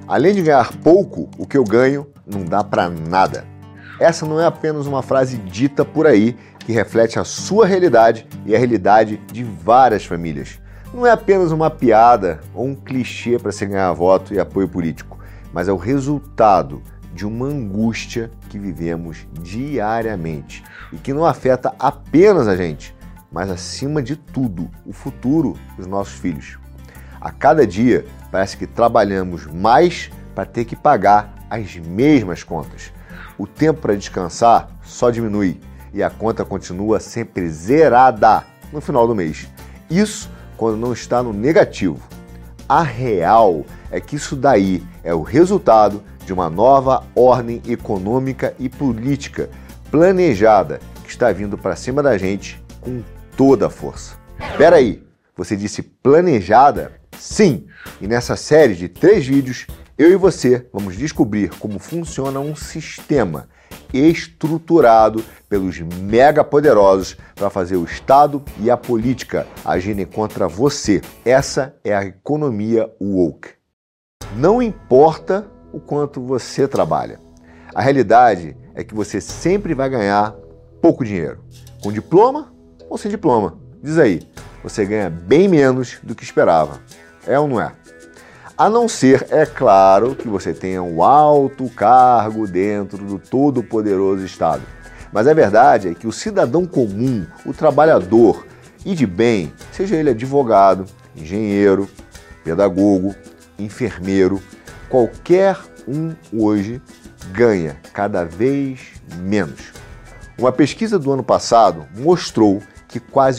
Além de ganhar pouco, o que eu ganho não dá para nada. Essa não é apenas uma frase dita por aí que reflete a sua realidade e a realidade de várias famílias. Não é apenas uma piada ou um clichê para se ganhar voto e apoio político, mas é o resultado de uma angústia que vivemos diariamente e que não afeta apenas a gente, mas acima de tudo, o futuro dos nossos filhos. A cada dia parece que trabalhamos mais para ter que pagar as mesmas contas. O tempo para descansar só diminui e a conta continua sempre zerada no final do mês. Isso quando não está no negativo. A real é que isso daí é o resultado de uma nova ordem econômica e política planejada que está vindo para cima da gente com toda a força. Espera aí, você disse planejada? Sim! E nessa série de 3 vídeos, eu e você vamos descobrir como funciona um sistema estruturado pelos megapoderosos para fazer o Estado e a política agirem contra você. Essa é a economia woke. Não importa o quanto você trabalha. A realidade é que você sempre vai ganhar pouco dinheiro. Com diploma ou sem diploma. Diz aí, você ganha bem menos do que esperava. É ou não é? A não ser, é claro, que você tenha um alto cargo dentro do todo-poderoso Estado. Mas a verdade é que o cidadão comum, o trabalhador e de bem, seja ele advogado, engenheiro, pedagogo, enfermeiro, qualquer um hoje ganha cada vez menos. Uma pesquisa do ano passado mostrou que quase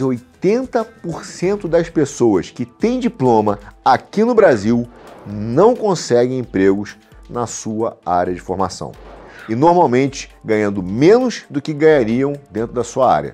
80% das pessoas que têm diploma aqui no Brasil não conseguem empregos na sua área de formação. E normalmente ganhando menos do que ganhariam dentro da sua área.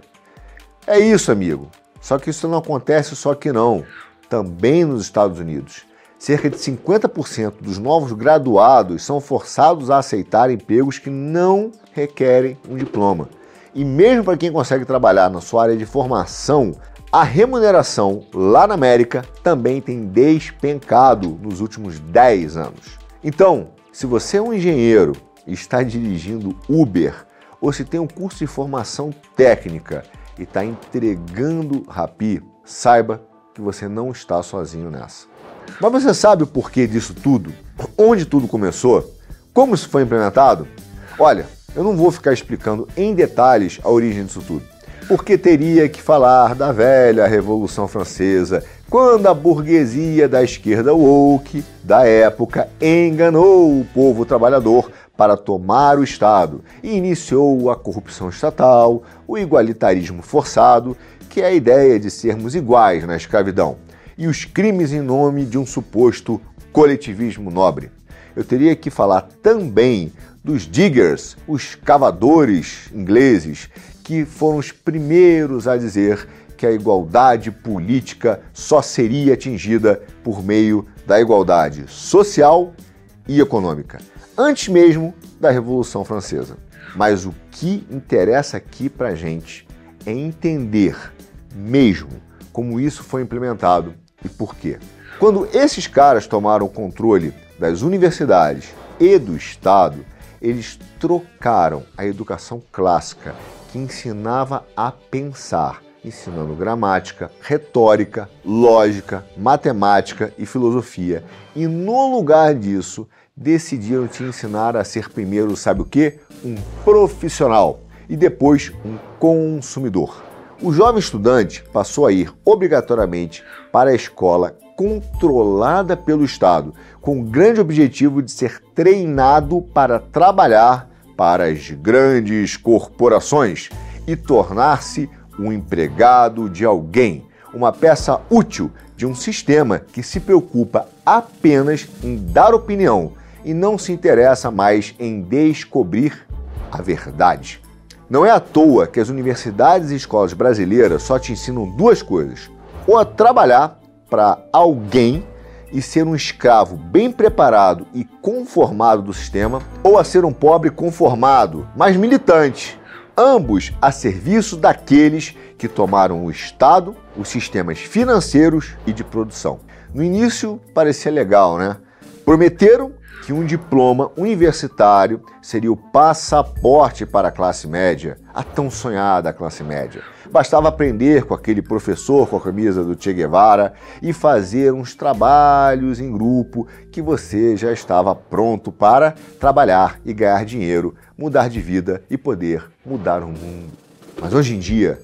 É isso, amigo. Só que isso não acontece só aqui não. Também nos Estados Unidos. Cerca de 50% dos novos graduados são forçados a aceitar empregos que não requerem um diploma. E mesmo para quem consegue trabalhar na sua área de formação, a remuneração lá na América também tem despencado nos últimos 10 anos. Então, se você é um engenheiro e está dirigindo Uber, ou se tem um curso de formação técnica e está entregando Rappi, saiba que você não está sozinho nessa. Mas você sabe o porquê disso tudo? Onde tudo começou? Como isso foi implementado? Olha, eu não vou ficar explicando em detalhes a origem disso tudo. Porque teria que falar da velha Revolução Francesa, quando a burguesia da esquerda woke da época enganou o povo trabalhador para tomar o Estado e iniciou a corrupção estatal, o igualitarismo forçado, que é a ideia de sermos iguais na escravidão, e os crimes em nome de um suposto coletivismo nobre. Eu teria que falar também dos diggers, os cavadores ingleses, que foram os primeiros a dizer que a igualdade política só seria atingida por meio da igualdade social e econômica, antes mesmo da Revolução Francesa. Mas o que interessa aqui pra gente é entender mesmo como isso foi implementado e por quê. Quando esses caras tomaram o controle das universidades e do Estado, eles trocaram a educação clássica, que ensinava a pensar, ensinando gramática, retórica, lógica, matemática e filosofia. E no lugar disso, decidiram te ensinar a ser primeiro, sabe o quê? Um profissional e depois um consumidor. O jovem estudante passou a ir obrigatoriamente para a escola controlada pelo Estado, com o grande objetivo de ser treinado para trabalhar para as grandes corporações e tornar-se um empregado de alguém, uma peça útil de um sistema que se preocupa apenas em dar opinião e não se interessa mais em descobrir a verdade. Não é à toa que as universidades e escolas brasileiras só te ensinam 2 coisas: ou a trabalhar para alguém e ser um escravo bem preparado e conformado do sistema, ou a ser um pobre conformado, mas militante, ambos a serviço daqueles que tomaram o Estado, os sistemas financeiros e de produção. No início parecia legal, né? Prometeram que um diploma universitário seria o passaporte para a classe média, a tão sonhada classe média. Bastava aprender com aquele professor com a camisa do Che Guevara e fazer uns trabalhos em grupo que você já estava pronto para trabalhar e ganhar dinheiro, mudar de vida e poder mudar o mundo. Mas hoje em dia,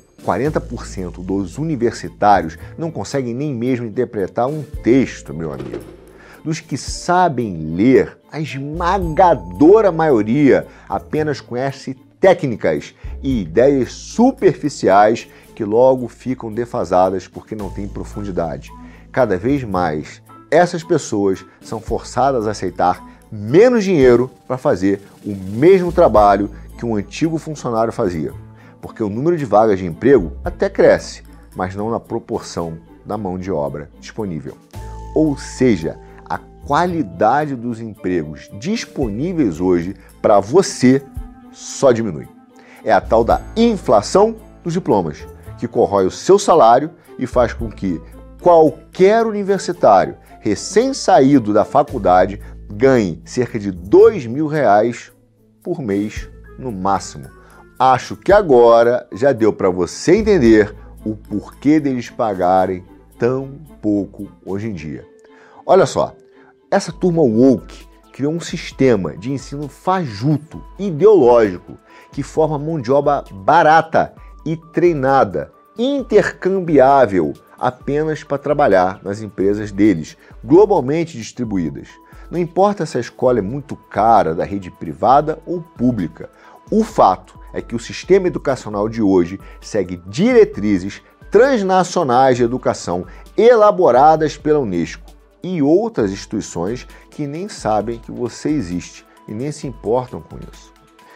40% dos universitários não conseguem nem mesmo interpretar um texto, meu amigo. Dos que sabem ler, a esmagadora maioria apenas conhece técnicas e ideias superficiais que logo ficam defasadas porque não têm profundidade. Cada vez mais, essas pessoas são forçadas a aceitar menos dinheiro para fazer o mesmo trabalho que um antigo funcionário fazia. Porque o número de vagas de emprego até cresce, mas não na proporção da mão de obra disponível. Ou seja, a qualidade dos empregos disponíveis hoje para você só diminui. É a tal da inflação dos diplomas, que corrói o seu salário e faz com que qualquer universitário recém-saído da faculdade ganhe cerca de R$2.000 por mês no máximo. Acho que agora já deu para você entender o porquê deles pagarem tão pouco hoje em dia. Olha só, essa turma woke criou um sistema de ensino fajuto, ideológico, que forma mão de obra barata e treinada, intercambiável, apenas para trabalhar nas empresas deles, globalmente distribuídas. Não importa se a escola é muito cara, da rede privada ou pública. O fato é que o sistema educacional de hoje segue diretrizes transnacionais de educação elaboradas pela Unesco e outras instituições que nem sabem que você existe e nem se importam com isso.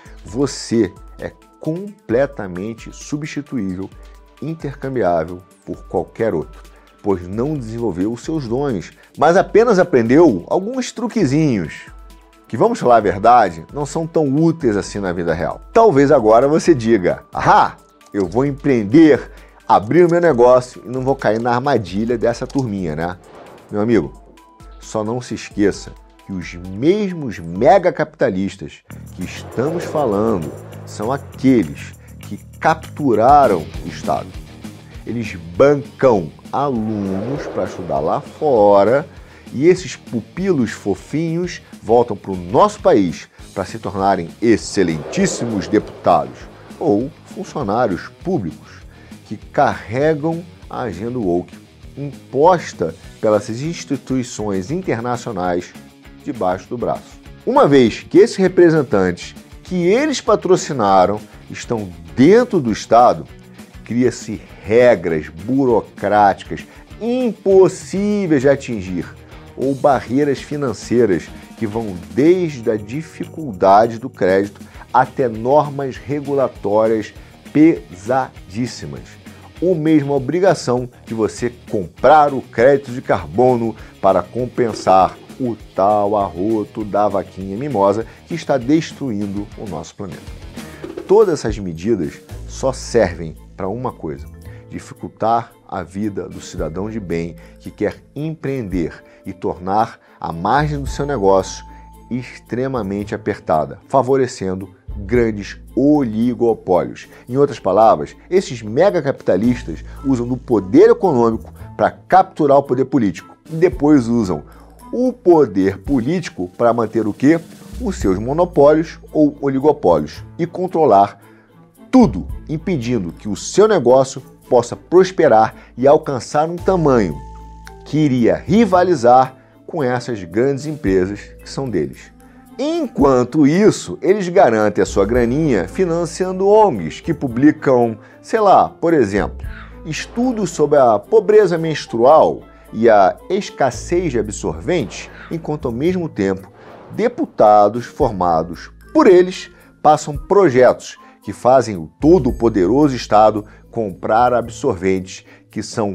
Você é completamente substituível, intercambiável por qualquer outro, pois não desenvolveu os seus dons, mas apenas aprendeu alguns truquezinhos que, vamos falar a verdade, não são tão úteis assim na vida real. Talvez agora você diga: ahá, eu vou empreender, abrir o meu negócio e não vou cair na armadilha dessa turminha, né? Meu amigo, só não se esqueça que os mesmos megacapitalistas que estamos falando são aqueles que capturaram o Estado. Eles bancam alunos para estudar lá fora e esses pupilos fofinhos voltam para o nosso país para se tornarem excelentíssimos deputados ou funcionários públicos que carregam a agenda woke imposta pelas instituições internacionais debaixo do braço. Uma vez que esses representantes que eles patrocinaram estão dentro do Estado, cria-se regras burocráticas impossíveis de atingir ou barreiras financeiras que vão desde a dificuldade do crédito até normas regulatórias pesadíssimas. Ou mesmo a obrigação de você comprar o crédito de carbono para compensar o tal arroto da vaquinha mimosa que está destruindo o nosso planeta. Todas essas medidas só servem para uma coisa: dificultar a vida do cidadão de bem que quer empreender e tornar a margem do seu negócio extremamente apertada, favorecendo grandes oligopólios. Em outras palavras, esses megacapitalistas usam do poder econômico para capturar o poder político e depois usam o poder político para manter o quê? Os seus monopólios ou oligopólios e controlar tudo, impedindo que o seu negócio possa prosperar e alcançar um tamanho que iria rivalizar com essas grandes empresas que são deles. Enquanto isso, eles garantem a sua graninha financiando ONGs que publicam, sei lá, por exemplo, estudos sobre a pobreza menstrual e a escassez de absorventes, enquanto ao mesmo tempo deputados formados por eles passam projetos que fazem o todo-poderoso Estado comprar absorventes que são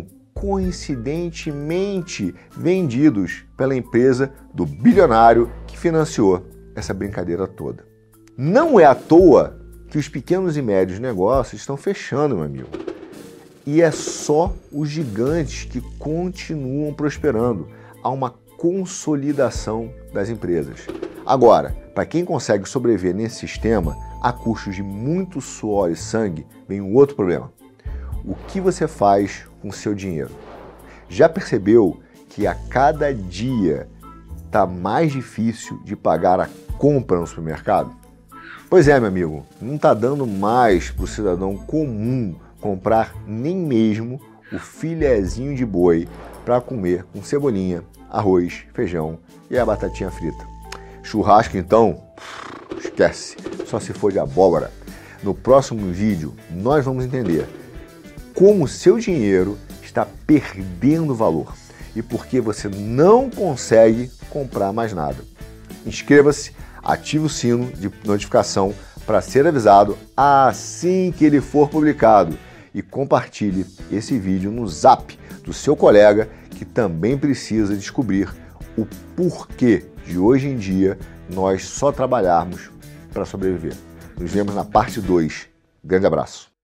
coincidentemente vendidos pela empresa do bilionário que financiou essa brincadeira toda. Não é à toa que os pequenos e médios negócios estão fechando, meu amigo. E é só os gigantes que continuam prosperando. Há uma consolidação das empresas. Agora, para quem consegue sobreviver nesse sistema, a custos de muito suor e sangue, vem um outro problema. O que você faz com o seu dinheiro? Já percebeu que a cada dia está mais difícil de pagar a compra no supermercado? Pois é, meu amigo, não está dando mais para o cidadão comum comprar nem mesmo o filezinho de boi para comer com cebolinha, arroz, feijão e a batatinha frita. Churrasco, então, esquece, só se for de abóbora. No próximo vídeo, nós vamos entender como o seu dinheiro está perdendo valor e por que você não consegue comprar mais nada. Inscreva-se, ative o sino de notificação para ser avisado assim que ele for publicado e compartilhe esse vídeo no Zap do seu colega que também precisa descobrir o porquê de hoje em dia nós só trabalharmos para sobreviver. Nos vemos na parte 2. Grande abraço.